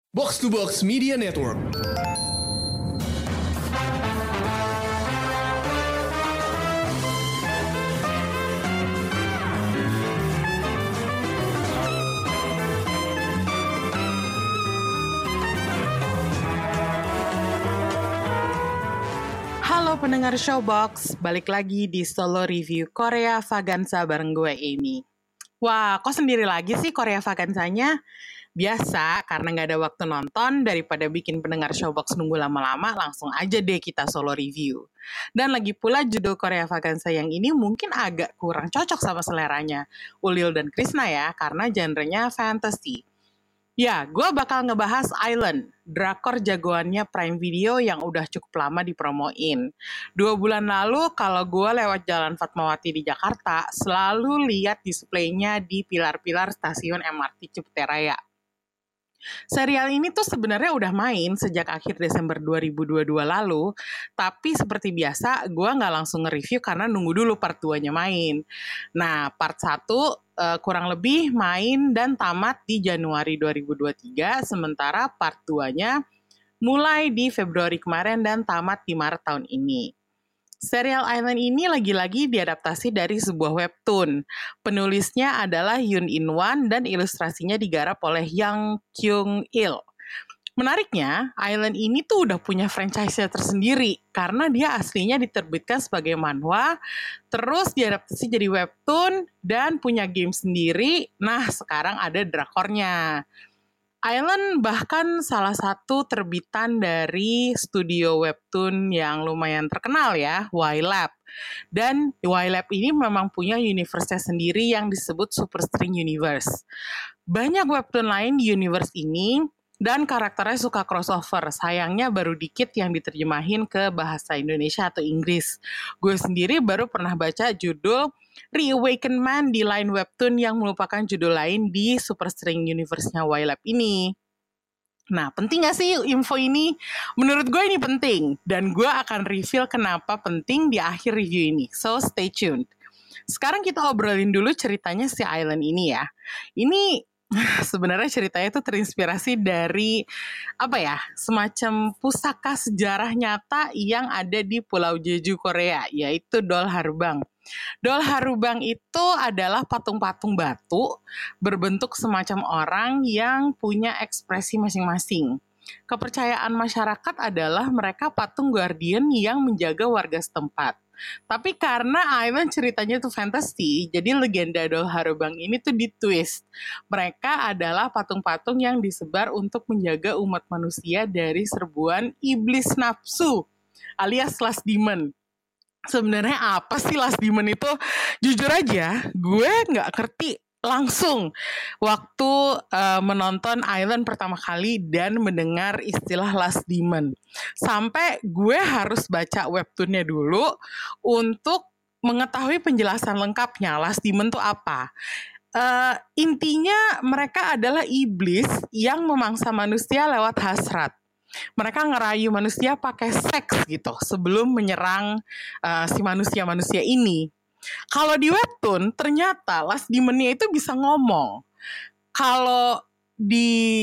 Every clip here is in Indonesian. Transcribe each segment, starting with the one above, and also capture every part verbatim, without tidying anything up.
Box to Box Media Network. Halo pendengar Showbox, balik lagi di solo review Korea Vaganza bareng gue Amy. Wah, kok sendiri lagi sih Korea Vaganzanya? Biasa, karena nggak ada waktu nonton, daripada bikin pendengar Showbox nunggu lama-lama, langsung aja deh kita solo review. Dan lagi pula judul Korea Vaganza yang ini mungkin agak kurang cocok sama seleranya Ulil dan Krisna ya, karena genrenya fantasy. Ya, gue bakal ngebahas Island, drakor jagoannya Prime Video yang udah cukup lama dipromoin. Dua bulan lalu, kalau gue lewat Jalan Fatmawati di Jakarta, selalu lihat displaynya di pilar-pilar stasiun M R T Ciputeraya. Serial ini tuh sebenarnya udah main sejak akhir Desember dua ribu dua puluh dua lalu, tapi seperti biasa, gue nggak langsung nge-review karena nunggu dulu part dua-nya main. Nah, part satu uh, kurang lebih main dan tamat di Januari dua ribu dua puluh tiga, sementara part dua-nya mulai di Februari kemarin dan tamat di Maret tahun ini. Serial Island ini lagi-lagi diadaptasi dari sebuah webtoon. Penulisnya adalah Yoon In Wan dan ilustrasinya digarap oleh Yang Kyung Il. Menariknya, Island ini tuh udah punya franchise-nya tersendiri karena dia aslinya diterbitkan sebagai manhwa, terus diadaptasi jadi webtoon dan punya game sendiri. Nah, sekarang ada drakornya. Island bahkan salah satu terbitan dari studio webtoon yang lumayan terkenal ya, Y-Lab. Dan Y-Lab ini memang punya universe-nya sendiri yang disebut Super String Universe. Banyak webtoon lain di universe ini, dan karakternya suka crossover. Sayangnya baru dikit yang diterjemahin ke bahasa Indonesia atau Inggris. Gue sendiri baru pernah baca judul Reawaken Man di line webtoon yang merupakan judul lain di Super String Universe-nya Y-Lab ini. Nah, penting gak sih info ini? Menurut gue ini penting, dan gue akan reveal kenapa penting di akhir review ini. So, stay tuned. Sekarang kita obrolin dulu ceritanya si Island ini ya. Ini sebenarnya ceritanya itu terinspirasi dari apa ya, semacam pusaka sejarah nyata yang ada di Pulau Jeju, Korea, yaitu Doll Harubang. Doll Harubang itu adalah patung-patung batu berbentuk semacam orang yang punya ekspresi masing-masing. Kepercayaan masyarakat adalah mereka patung guardian yang menjaga warga setempat. Tapi karena Island ceritanya itu fantasy, jadi legenda Doll Harubang ini tuh ditwist. Mereka adalah patung-patung yang disebar untuk menjaga umat manusia dari serbuan iblis nafsu, alias last demon. Sebenarnya apa sih last demon itu? Jujur aja, gue nggak ngerti langsung waktu uh, menonton Island pertama kali dan mendengar istilah last demon. Sampai gue harus baca webtoonnya dulu untuk mengetahui penjelasan lengkapnya last demon itu apa. Uh, intinya mereka adalah iblis yang memangsa manusia lewat hasrat. Mereka ngerayu manusia pakai seks gitu sebelum menyerang uh, si manusia-manusia ini. Kalau di webtoon ternyata last demon-nya itu bisa ngomong. Kalau di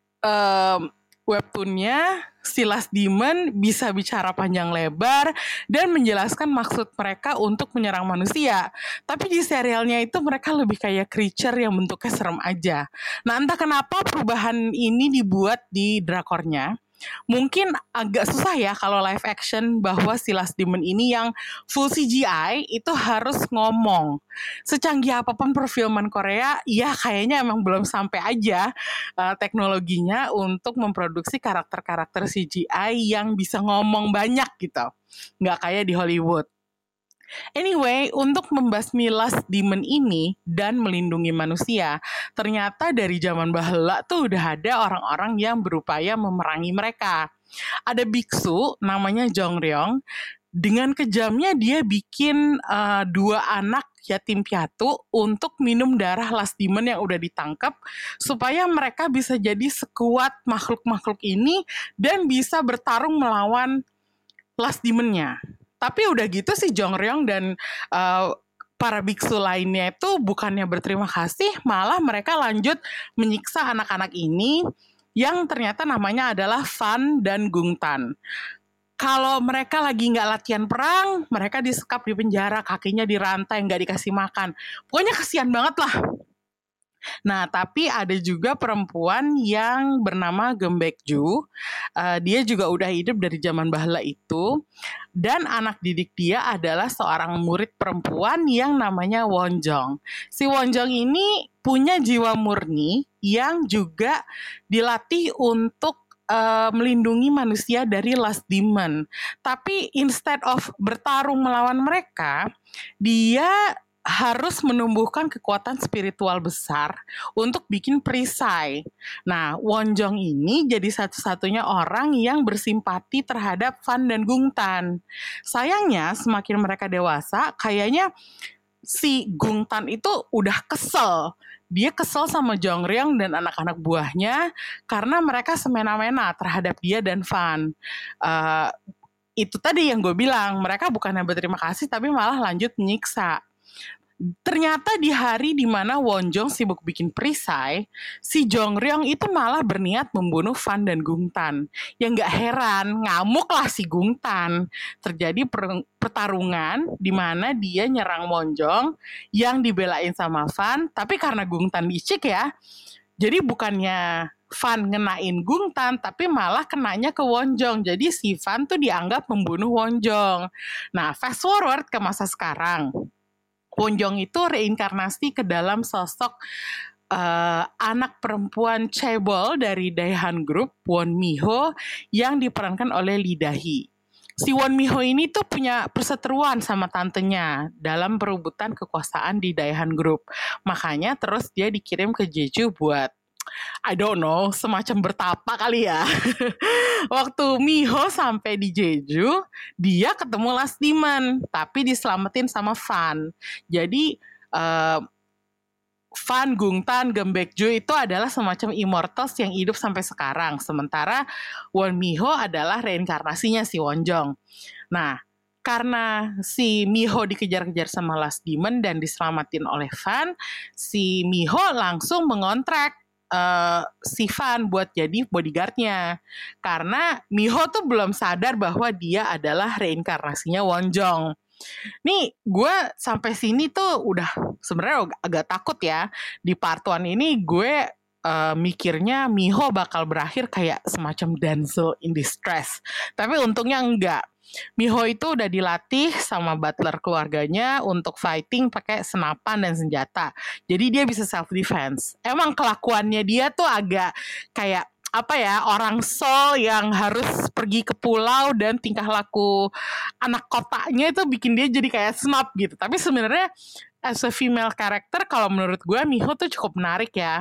um, webtoonnya si last demon bisa bicara panjang lebar dan menjelaskan maksud mereka untuk menyerang manusia. Tapi di serialnya itu mereka lebih kayak creature yang bentuknya serem aja. Nah, entah kenapa perubahan ini dibuat di drakornya. Mungkin agak susah ya kalau live action bahwa si last demon ini yang full C G I itu harus ngomong. Secanggih apapun perfilman Korea, ya kayaknya emang belum sampai aja uh, teknologinya untuk memproduksi karakter-karakter C G I yang bisa ngomong banyak gitu. Nggak kayak di Hollywood. Anyway, untuk membasmi last demon ini dan melindungi manusia, ternyata dari zaman bahela tuh udah ada orang-orang yang berupaya memerangi mereka. Ada biksu namanya Jongryong, dengan kejamnya dia bikin uh, dua anak yatim piatu untuk minum darah last demon yang udah ditangkap supaya mereka bisa jadi sekuat makhluk-makhluk ini dan bisa bertarung melawan last demonnya. Tapi udah gitu si Jongryong dan uh, para biksu lainnya itu bukannya berterima kasih, malah mereka lanjut menyiksa anak-anak ini yang ternyata namanya adalah Fan dan Gungtan. Kalau mereka lagi nggak latihan perang, mereka disekap di penjara, kakinya dirantai, nggak dikasih makan. Pokoknya kasihan banget lah. Nah, tapi ada juga perempuan yang bernama Gembekju. Uh, dia juga udah hidup dari zaman bahla itu. Dan anak didik dia adalah seorang murid perempuan yang namanya Wonjong. Si Wonjong ini punya jiwa murni yang juga dilatih untuk Uh, melindungi manusia dari Last Demon. Tapi instead of bertarung melawan mereka, dia harus menumbuhkan kekuatan spiritual besar untuk bikin perisai. Nah, Wonjong ini jadi satu-satunya orang yang bersimpati terhadap Fan dan Gungtan. Sayangnya, semakin mereka dewasa, kayaknya si Gungtan itu udah kesel. Dia kesel sama Jongryong dan anak-anak buahnya karena mereka semena-mena terhadap dia dan Fan. Uh, itu tadi yang gue bilang, mereka bukannya berterima kasih tapi malah lanjut menyiksa. Ternyata di hari di mana Wonjong sibuk bikin perisai, si Jongryong itu malah berniat membunuh Fan dan Gungtan. Ya nggak heran, ngamuklah si Gungtan. Terjadi per- pertarungan di mana dia nyerang Wonjong yang dibelain sama Fan, tapi karena Gungtan licik ya, jadi bukannya Fan ngenain Gungtan, tapi malah kenanya ke Wonjong. Jadi si Fan tuh dianggap membunuh Wonjong. Nah, fast forward ke masa sekarang. Wonjong itu reinkarnasi ke dalam sosok uh, anak perempuan cebol dari Daehan Group, Won Miho, yang diperankan oleh Lee Da-hee. Si Won Miho ini tuh punya perseteruan sama tantenya dalam perebutan kekuasaan di Daehan Group. Makanya terus dia dikirim ke Jeju buat, I don't know, semacam bertapa kali ya. Waktu Miho sampai di Jeju, dia ketemu Last Demon, tapi diselamatin sama Fan. Jadi uh, Fan, Gungtan, Gembekju itu adalah semacam immortals yang hidup sampai sekarang. Sementara Won Miho adalah reinkarnasinya si Wonjong. Nah, karena si Miho dikejar-kejar sama Last Demon dan diselamatin oleh Fan, si Miho langsung mengontrak Uh, si Fan buat jadi bodyguardnya. Karena Miho tuh belum sadar bahwa dia adalah reinkarnasinya Wonjong. Nih, gue sampai sini tuh udah sebenarnya agak takut ya. Di part one ini gue uh, mikirnya Miho bakal berakhir kayak semacam damsel in distress. Tapi untungnya enggak. Miho itu udah dilatih sama butler keluarganya untuk fighting pakai senapan dan senjata. Jadi dia bisa self defense. Emang kelakuannya dia tuh agak kayak apa ya, orang Seoul yang harus pergi ke pulau dan tingkah laku anak kotanya itu bikin dia jadi kayak snob gitu. Tapi sebenarnya as a female character, kalau menurut gue Miho tuh cukup menarik ya.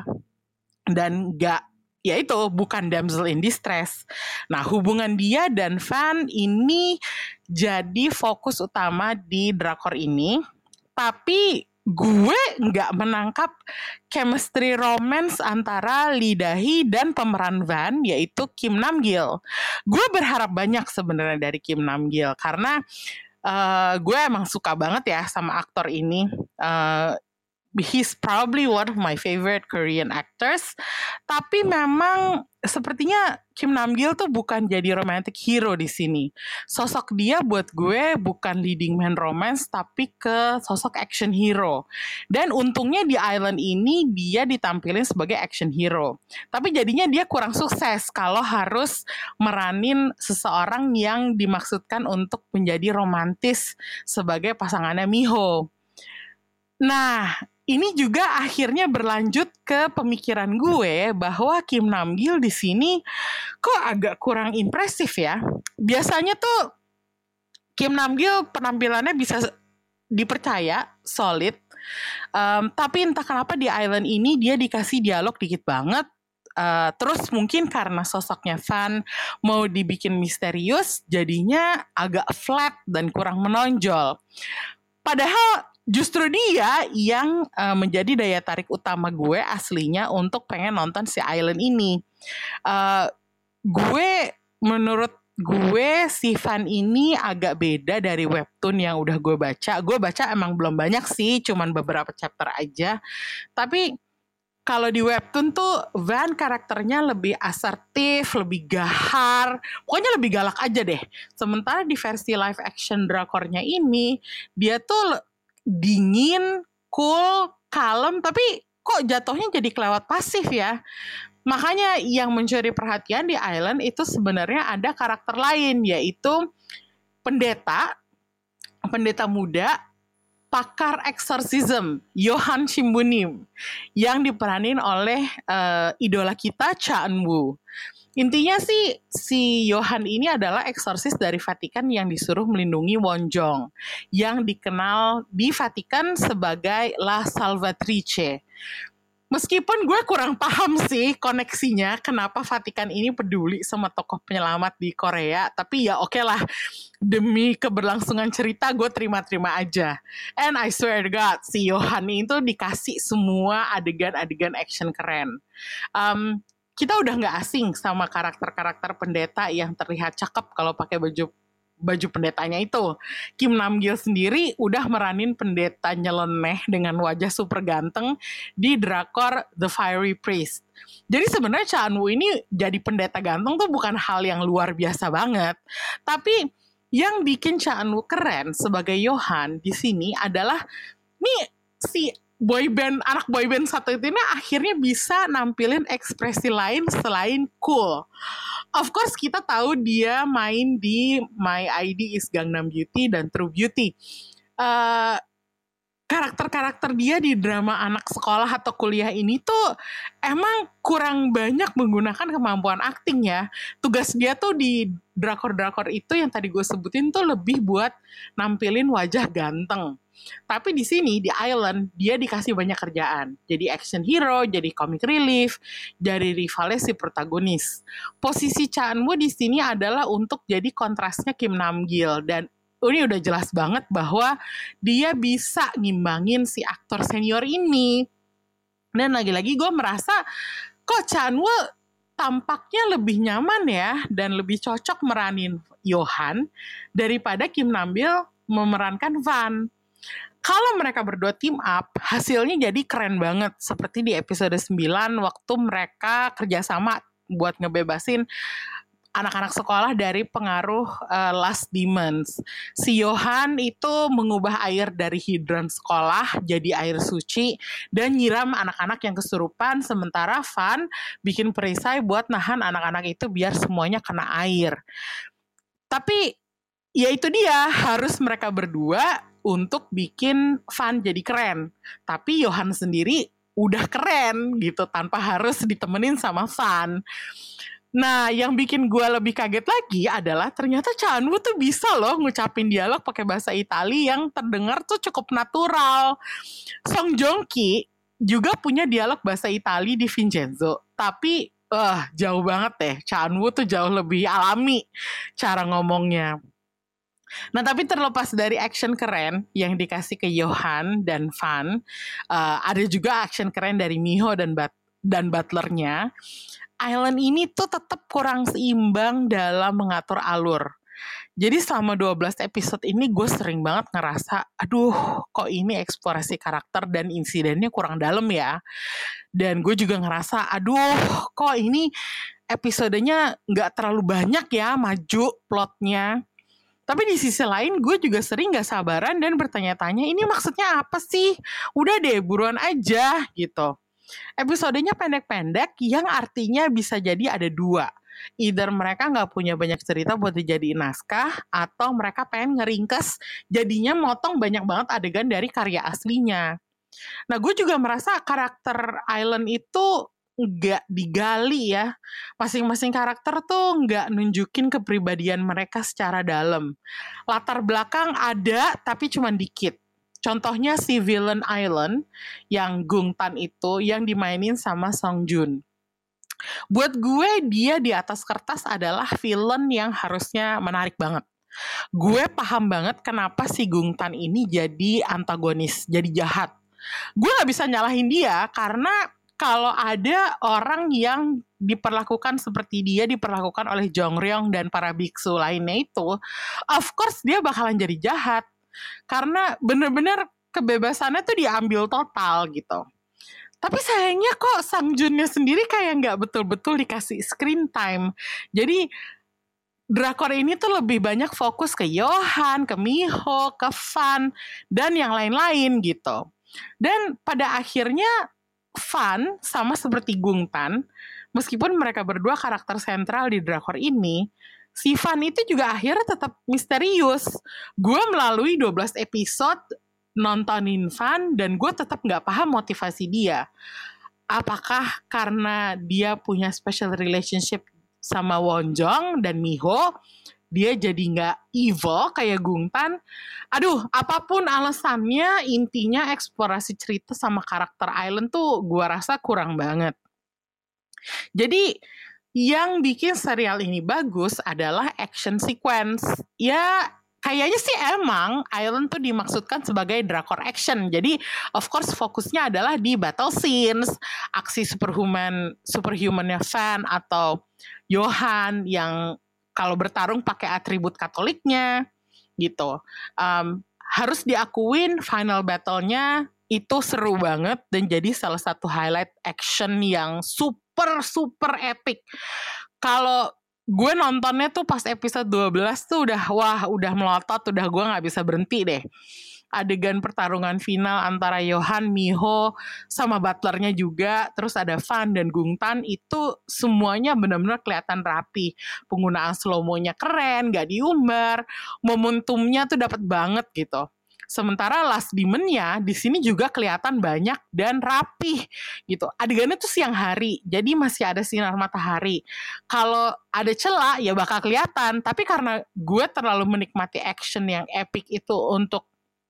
Dan gak, ya itu bukan damsel in distress. Nah, hubungan dia dan Fan ini jadi fokus utama di drakor ini. Tapi gue nggak menangkap chemistry romance antara Lee Da-hee dan pemeran Van, yaitu Kim Nam-gil. Gue berharap banyak sebenarnya dari Kim Nam-gil karena uh, gue emang suka banget ya sama aktor ini. Uh, He's probably one of my favorite Korean actors. Tapi memang sepertinya Kim Nam-gil tuh bukan jadi romantic hero di sini. Sosok dia buat gue bukan leading man romance, tapi ke sosok action hero. Dan untungnya di Island ini dia ditampilin sebagai action hero. Tapi jadinya dia kurang sukses kalau harus meranin seseorang yang dimaksudkan untuk menjadi romantis sebagai pasangannya Miho. Nah, ini juga akhirnya berlanjut ke pemikiran gue bahwa Kim Nam-gil di sini kok agak kurang impresif ya. Biasanya tuh Kim Nam-gil penampilannya bisa dipercaya, solid. Um, tapi entah kenapa di Island ini dia dikasih dialog dikit banget. Uh, terus mungkin karena sosoknya Fan mau dibikin misterius, jadinya agak flat dan kurang menonjol. Padahal justru dia yang uh, menjadi daya tarik utama gue aslinya untuk pengen nonton si Island ini. Uh, gue, menurut gue si Fan ini agak beda dari webtoon yang udah gue baca. Gue baca emang belum banyak sih, cuman beberapa chapter aja. Tapi kalau di webtoon tuh Van karakternya lebih asertif, lebih gahar, pokoknya lebih galak aja deh. Sementara di versi live action drakornya ini, dia tuh dingin, cool, kalem, tapi kok jatuhnya jadi kelewat pasif ya. Makanya yang mencuri perhatian di Island itu sebenarnya ada karakter lain, yaitu pendeta, pendeta muda, pakar exorcism, Johan Shimbunim, yang diperanin oleh uh, idola kita, Cha Eun-woo. Intinya sih, si Johan ini adalah eksorsis dari Vatikan yang disuruh melindungi Wonjong, yang dikenal di Vatikan sebagai La Salvatrice. Meskipun gue kurang paham sih koneksinya kenapa Vatikan ini peduli sama tokoh penyelamat di Korea, tapi ya oke lah, demi keberlangsungan cerita gue terima-terima aja. And I swear to God, si Johan itu dikasih semua adegan-adegan action keren. Um, kita udah nggak asing sama karakter-karakter pendeta yang terlihat cakep kalau pakai baju baju pendetanya itu. Kim Nam-gil sendiri udah meranin pendeta nyeleneh dengan wajah super ganteng di drakor The Fiery Priest. Jadi sebenarnya Cha Eun-woo ini jadi pendeta ganteng tuh bukan hal yang luar biasa banget. Tapi yang bikin Cha Eun-woo keren sebagai Johan di sini adalah nih si boyband, anak boyband satu itu ini akhirnya bisa nampilin ekspresi lain selain cool. Of course kita tahu dia main di My I D is Gangnam Beauty dan True Beauty. Uh, karakter-karakter dia di drama anak sekolah atau kuliah ini tuh emang kurang banyak menggunakan kemampuan akting ya. Tugas dia tuh di drakor-drakor itu yang tadi gue sebutin tuh lebih buat nampilin wajah ganteng. Tapi di sini di Island dia dikasih banyak kerjaan. Jadi action hero, jadi comic relief, jadi rivalnya si protagonis. Posisi Cha Eun-woo di sini adalah untuk jadi kontrasnya Kim Nam-gil, dan ini udah jelas banget bahwa dia bisa ngimbangin si aktor senior ini. Dan lagi-lagi gue merasa kok Cha Eun-woo tampaknya lebih nyaman ya dan lebih cocok meranin Johan daripada Kim Nam-gil memerankan Van. Kalau mereka berdua team up, hasilnya jadi keren banget. Seperti di episode sembilan waktu mereka kerjasama buat ngebebasin anak-anak sekolah dari pengaruh uh, Last Demons. Si Johan itu mengubah air dari hidran sekolah jadi air suci dan nyiram anak-anak yang kesurupan, sementara Van bikin perisai buat nahan anak-anak itu biar semuanya kena air. Tapi ya itu dia, harus mereka berdua untuk bikin Van jadi keren. Tapi Johan sendiri udah keren gitu tanpa harus ditemenin sama Van. Nah, yang bikin gue lebih kaget lagi adalah ternyata Cha Eun-woo tuh bisa loh ngucapin dialog pakai bahasa Itali yang terdengar tuh cukup natural. Song Joong-ki juga punya dialog bahasa Itali di Vincenzo, tapi uh, jauh banget deh. Cha Eun-woo tuh jauh lebih alami cara ngomongnya. Nah, tapi terlepas dari action keren yang dikasih ke Johan dan Van, uh, ada juga action keren dari Miho dan Bat dan butlernya. Island ini tuh tetap kurang seimbang dalam mengatur alur. Jadi selama dua belas episode ini gue sering banget ngerasa, aduh kok ini eksplorasi karakter dan insidennya kurang dalam ya. Dan gue juga ngerasa, aduh kok ini episodenya gak terlalu banyak ya maju plotnya. Tapi di sisi lain gue juga sering gak sabaran dan bertanya-tanya, ini maksudnya apa sih? Udah deh buruan aja gitu. Episodenya pendek-pendek yang artinya bisa jadi ada dua. Either mereka gak punya banyak cerita buat dijadiin naskah, atau mereka pengen ngeringkes jadinya motong banyak banget adegan dari karya aslinya. Nah, gue juga merasa karakter Island itu nggak digali ya. Masing-masing karakter tuh nggak nunjukin kepribadian mereka secara dalam. Latar belakang ada, tapi cuma dikit. Contohnya si villain Island yang Gung Tan itu yang dimainin sama Song Joon. Buat gue dia di atas kertas adalah villain yang harusnya menarik banget. Gue paham banget kenapa si Gung Tan ini jadi antagonis, jadi jahat. Gue gak bisa nyalahin dia karena kalau ada orang yang diperlakukan seperti dia diperlakukan oleh Jong Ryong dan para biksu lainnya itu, of course dia bakalan jadi jahat. Karena bener-bener kebebasannya tuh diambil total gitu. Tapi sayangnya kok Sang Junnya sendiri kayak nggak betul-betul dikasih screen time. Jadi drakor ini tuh lebih banyak fokus ke Yohan, ke Miho, ke Fan, dan yang lain-lain gitu. Dan pada akhirnya Fan sama seperti Gungtan, meskipun mereka berdua karakter sentral di drakor ini, si Fan itu juga akhirnya tetap misterius. Gue melalui dua belas episode nontonin Fan dan gue tetap gak paham motivasi dia. Apakah karena dia punya special relationship sama Wonjong dan Miho, dia jadi gak evil kayak Gungtan? Aduh, apapun alasannya, intinya eksplorasi cerita sama karakter Island tuh gue rasa kurang banget. Jadi yang bikin serial ini bagus adalah action sequence. Ya kayaknya sih emang Island tuh dimaksudkan sebagai drakor action. Jadi of course fokusnya adalah di battle scenes, aksi superhuman superhumannya Fan atau Yohan yang kalau bertarung pakai atribut Katoliknya gitu. Um, harus diakuin final battle-nya itu seru banget dan jadi salah satu highlight action yang super super epic. Kalau gue nontonnya tuh pas episode dua belas tuh udah wah udah melotot, udah gue nggak bisa berhenti deh. Adegan pertarungan final antara Yohan, Miho, sama butlernya juga, terus ada Fan dan Gungtan, itu semuanya benar-benar kelihatan rapi. Penggunaan slow-mo-nya keren, gak diumbar, momentumnya tuh dapat banget gitu. Sementara Last Demon-nya di sini juga kelihatan banyak dan rapih gitu. Adegannya tuh siang hari, jadi masih ada sinar matahari. Kalau ada celah ya bakal kelihatan, tapi karena gue terlalu menikmati action yang epic itu untuk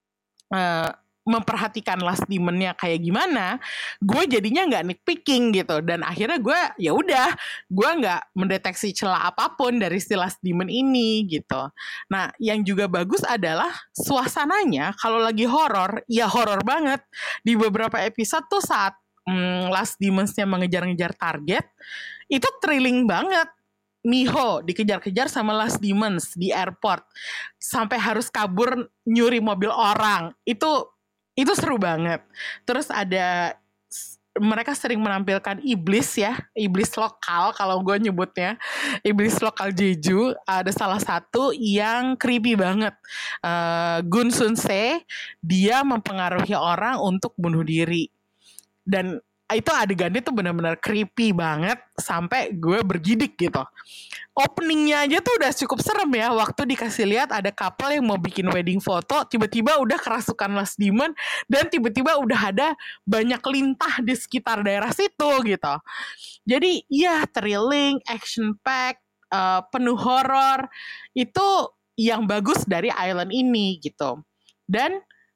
Uh, memperhatikan Last Demon-nya kayak gimana, gue jadinya nggak nitpicking gitu, dan akhirnya gue ya udah, gue nggak mendeteksi celah apapun dari si Last Demon ini gitu. Nah, yang juga bagus adalah suasananya. Kalau lagi horor, ya horor banget. Di beberapa episode tuh saat hmm, Last Demons-nya mengejar-ngejar target, itu thrilling banget. Miho dikejar-kejar sama Last Demons di airport sampai harus kabur nyuri mobil orang. Itu itu seru banget. Terus ada mereka sering menampilkan iblis ya, iblis lokal kalau gue nyebutnya, iblis lokal Jeju. Ada salah satu yang creepy banget. Uh, Gun Sun-se, dia mempengaruhi orang untuk bunuh diri. Dan itu adegannya tuh benar-benar creepy banget sampai gue bergidik gitu. Openingnya aja tuh udah cukup serem ya, waktu dikasih lihat ada couple yang mau bikin wedding foto, tiba-tiba udah kerasukan Last Demon dan tiba-tiba udah ada banyak lintah di sekitar daerah situ gitu. Jadi ya thrilling, action pack, uh, penuh horor, itu yang bagus dari Island ini gitu. Dan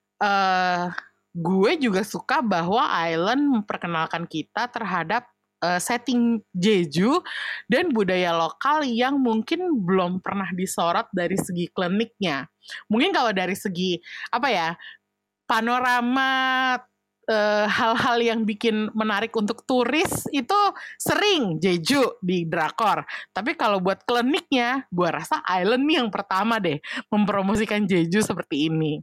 uh, gue juga suka bahwa Island memperkenalkan kita terhadap uh, setting Jeju dan budaya lokal yang mungkin belum pernah disorot dari segi kliniknya. Mungkin kalau dari segi apa ya, panorama uh, hal-hal yang bikin menarik untuk turis itu sering Jeju di drakor. Tapi kalau buat kliniknya, gue rasa Island nih yang pertama deh mempromosikan Jeju seperti ini.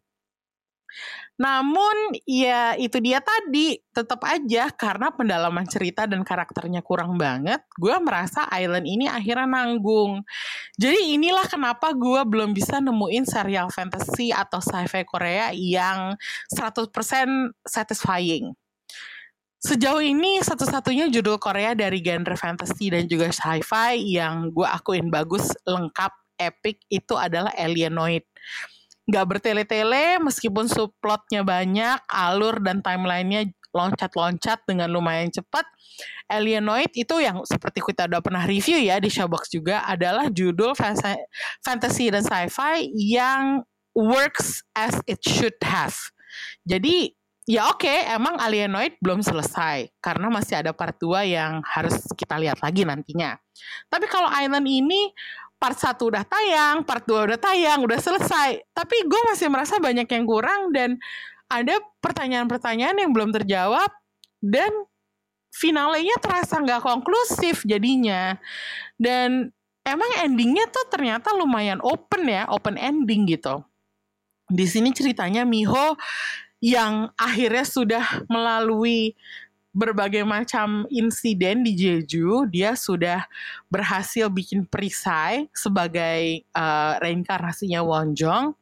Namun ya itu dia tadi, tetap aja karena pendalaman cerita dan karakternya kurang banget, gue merasa Island ini akhirnya nanggung. Jadi inilah kenapa gue belum bisa nemuin serial fantasy atau sci-fi Korea yang seratus persen satisfying. Sejauh ini satu-satunya judul Korea dari genre fantasy dan juga sci-fi yang gue akuin bagus, lengkap, epic itu adalah Alienoid. Gak bertele-tele meskipun subplotnya banyak, alur dan timelinenya loncat-loncat dengan lumayan cepat. Alienoid itu yang seperti kita udah pernah review ya di Showbox juga, adalah judul fantasy dan sci-fi yang works as it should have. Jadi ya oke, okay, emang Alienoid belum selesai karena masih ada part dua yang harus kita lihat lagi nantinya. Tapi kalau Island ini part satu udah tayang, part dua udah tayang, udah selesai. Tapi gue masih merasa banyak yang kurang dan ada pertanyaan-pertanyaan yang belum terjawab dan finalenya terasa gak konklusif jadinya. Dan emang endingnya tuh ternyata lumayan open ya, open ending gitu. Di sini ceritanya Miho yang akhirnya sudah melalui berbagai macam insiden di Jeju, dia sudah berhasil bikin perisai sebagai uh, reinkarnasinya Wonjong.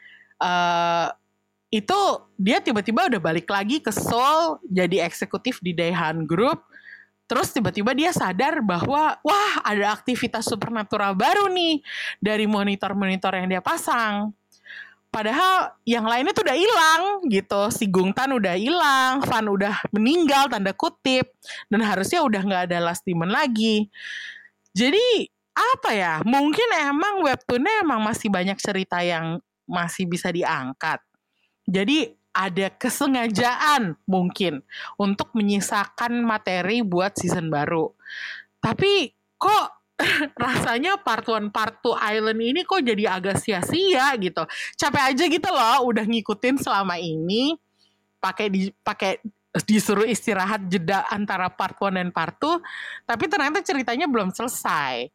Uh, itu dia tiba-tiba udah balik lagi ke Seoul jadi eksekutif di Daehan Group. Terus tiba-tiba dia sadar bahwa wah ada aktivitas supernatural baru nih dari monitor-monitor yang dia pasang. Padahal yang lainnya tuh udah hilang gitu. Si Gungtan udah hilang, Fan udah meninggal tanda kutip, dan harusnya udah nggak ada Last Demon lagi. Jadi apa ya? Mungkin emang webtoonnya emang masih banyak cerita yang masih bisa diangkat. Jadi ada kesengajaan mungkin untuk menyisakan materi buat season baru. Tapi kok rasanya part one, part two Island ini kok jadi agak sia-sia gitu. Capek aja gitu loh udah ngikutin selama ini. Pakai di pakai disuruh istirahat jeda antara part one dan part two, tapi ternyata ceritanya belum selesai.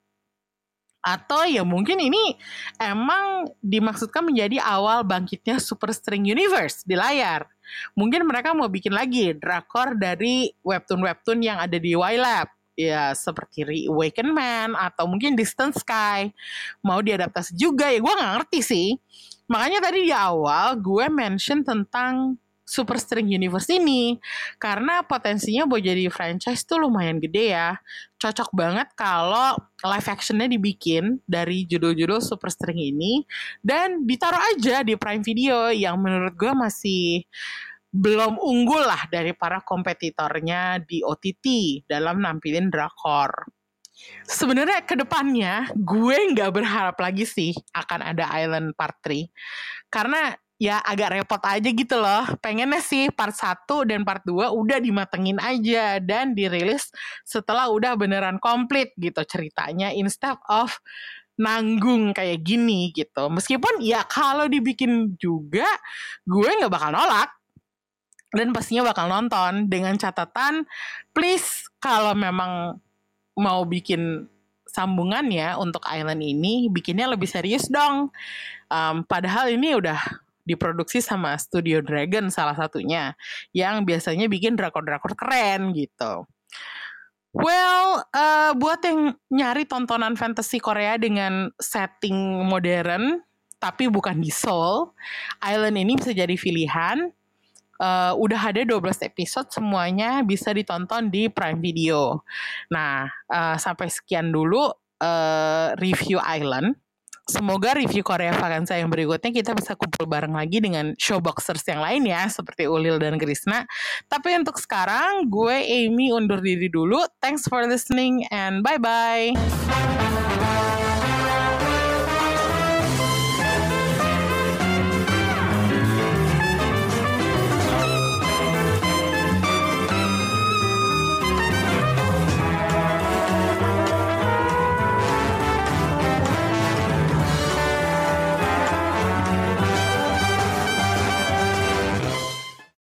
Atau ya mungkin ini emang dimaksudkan menjadi awal bangkitnya Super String Universe di layar. Mungkin mereka mau bikin lagi drakor dari webtoon-webtoon yang ada di Y-Lab. Ya seperti Reawaken Man atau mungkin Distant Sky. Mau diadaptasi juga ya gue gak ngerti sih. Makanya tadi di awal gue mention tentang Super String Universe ini karena potensinya buat jadi franchise tuh lumayan gede ya. Cocok banget kalau live actionnya dibikin dari judul-judul Super String ini dan ditaruh aja di Prime Video yang menurut gue masih belum unggul lah dari para kompetitornya di O T T dalam nampilin drakor. Sebenarnya kedepannya gue nggak berharap lagi sih akan ada Island Part three karena ya agak repot aja gitu loh. Pengennya sih part satu dan part dua udah dimatengin aja dan dirilis setelah udah beneran komplit gitu ceritanya instead of nanggung kayak gini gitu. Meskipun ya kalau dibikin juga gue gak bakal nolak dan pastinya bakal nonton dengan catatan please kalau memang mau bikin sambungannya untuk Island ini bikinnya lebih serius dong. Um, padahal ini udah diproduksi sama Studio Dragon salah satunya yang biasanya bikin drakor-drakor keren gitu. Well, uh, buat yang nyari tontonan fantasy Korea dengan setting modern tapi bukan di Seoul, Island ini bisa jadi pilihan. Uh, udah ada dua belas episode semuanya bisa ditonton di Prime Video. Nah, uh, sampai sekian dulu uh, review Island. Semoga review Korea Vaganza yang berikutnya kita bisa kumpul bareng lagi dengan showboxers yang lain ya, seperti Ulil dan Krisna. Tapi untuk sekarang, gue Amy undur diri dulu. Thanks for listening and bye-bye.